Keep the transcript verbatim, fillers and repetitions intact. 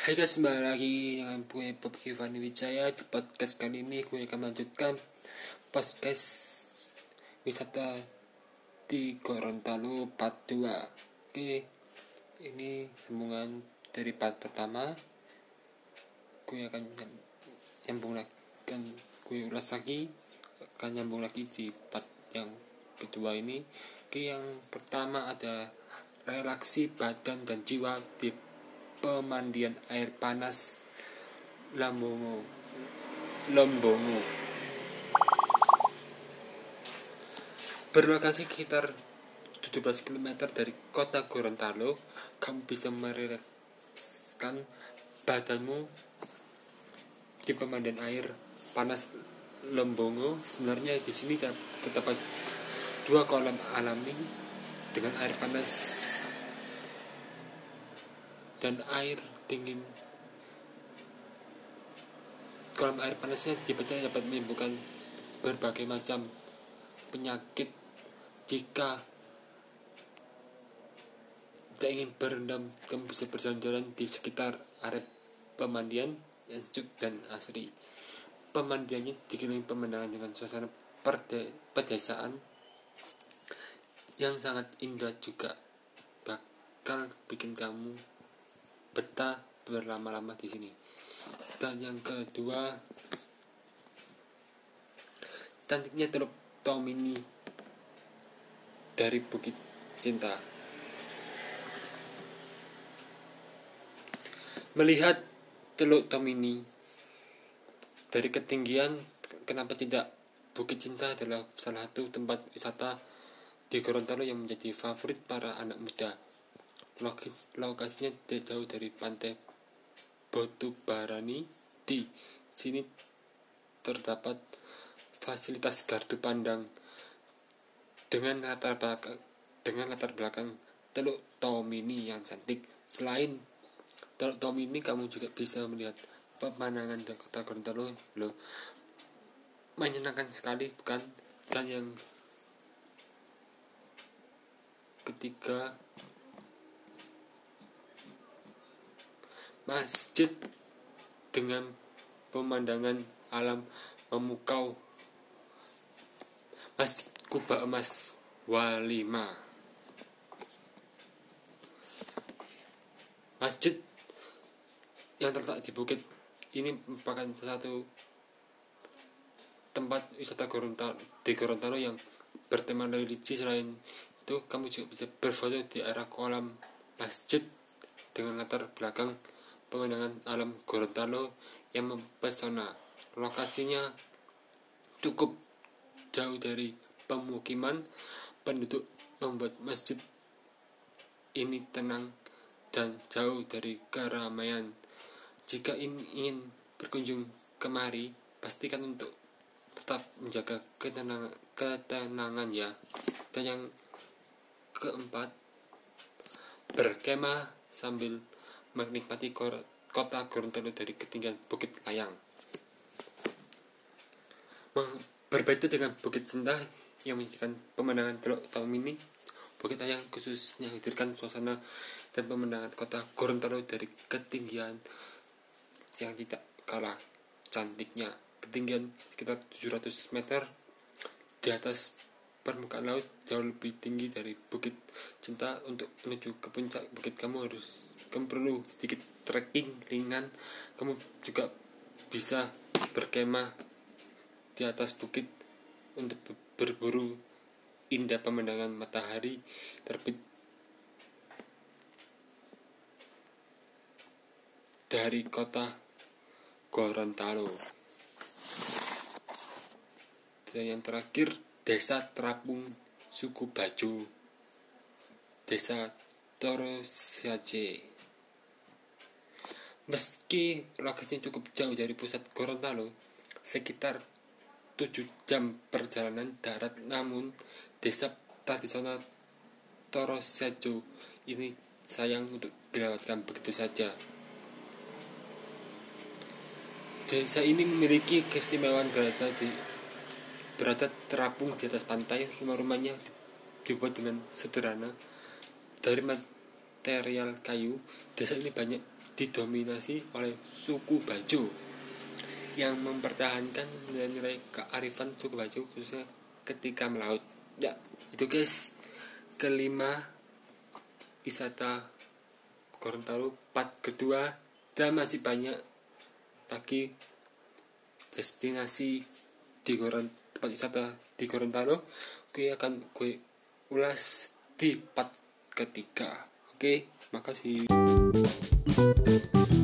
Hai guys, kembali lagi dengan gue Bob Giovanni Wijaya. Di podcast kali ini gue akan melanjutkan podcast wisata di Gorontalo part dua. Oke, ini sambungan dari part pertama. Gue akan nyambung lagi, kan gue ulas lagi, akan nyambung lagi di part yang kedua ini. Oke, yang pertama ada relaksi badan dan jiwa di pemandian air panas Lambongo Lombongo. Berlokasi sekitar tujuh belas kilometer dari kota Gorontalo, kamu bisa merilekskan badanmu di pemandian air panas Lombongo. Sebenarnya di sini terdapat dua kolam alami dengan air panas dan air dingin. Kolam air panasnya dipercaya dapat menimbulkan berbagai macam penyakit. Jika tidak ingin berendam, kamu bisa berjalan-jalan di sekitar area pemandian yang sejuk dan asri. Pemandiannya dikelilingi pemandangan dengan suasana perde- pedesaan yang sangat indah, juga bakal bikin kamu betah berlama-lama di sini. Dan yang kedua, cantiknya Teluk Tomini dari Bukit Cinta. Melihat Teluk Tomini dari ketinggian, kenapa tidak, Bukit Cinta adalah salah satu tempat wisata di Gorontalo yang menjadi favorit para anak muda. Lokis, lokasinya tidak jauh dari pantai Botubarani. Di sini terdapat fasilitas gardu pandang dengan latar belakang dengan latar belakang Teluk Tomini yang cantik. Selain Teluk Tomini, kamu juga bisa melihat pemandangan dari kota Gorontalo. Loh, menyenangkan sekali, bukan? Dan yang ketiga, masjid dengan pemandangan alam memukau, Masjid Kuba Emas Walima. Masjid yang terletak di bukit ini merupakan salah satu tempat wisata Gorontalo, di Gorontalo yang bertema religi. Selain itu, kamu juga bisa berfoto di area kolam masjid dengan latar belakang pemandangan alam Gorontalo yang mempesona. Lokasinya cukup jauh dari pemukiman penduduk, membuat masjid ini tenang dan jauh dari keramaian. Jika ingin berkunjung kemari, pastikan untuk tetap menjaga ketenangan, ketenangan ya. Dan yang keempat, berkemah sambil menikmati kota Gorontalo dari ketinggian Bukit Layang. Berbeda dengan Bukit Cinta yang menyajikan pemandangan Teluk Tomini, Bukit Layang khususnya hadirkan suasana dan pemandangan kota Gorontalo dari ketinggian yang tidak kalah cantiknya. Ketinggian sekitar tujuh ratus meter di atas permukaan laut, jauh lebih tinggi dari Bukit Cinta. Untuk menuju ke puncak bukit, kamu harus kamu perlu sedikit trekking ringan. Kamu juga bisa berkemah di atas bukit untuk berburu indah pemandangan matahari terbit dari kota Gorontalo. Dan yang terakhir, Desa Terapung Suku Bajo, Desa Torosiace. Meski lokasinya cukup jauh dari pusat Gorontalo, sekitar tujuh jam perjalanan darat, namun desa tradisional Torosiace ini sayang untuk dilewatkan begitu saja. Desa ini memiliki keistimewaan berada di berada terapung di atas pantai. Rumah-rumahnya dibuat dengan sederhana dari material kayu. Desa ini banyak didominasi oleh suku Bajo yang mempertahankan nilai-nilai kearifan suku Bajo khususnya ketika melaut. Ya, itu guys, kelima wisata Gorontalo part kedua, dan masih banyak lagi destinasi di Gorontalo, tempat wisata di Gorontalo. Gue akan gue ulas di part ketiga. Oke, makasih.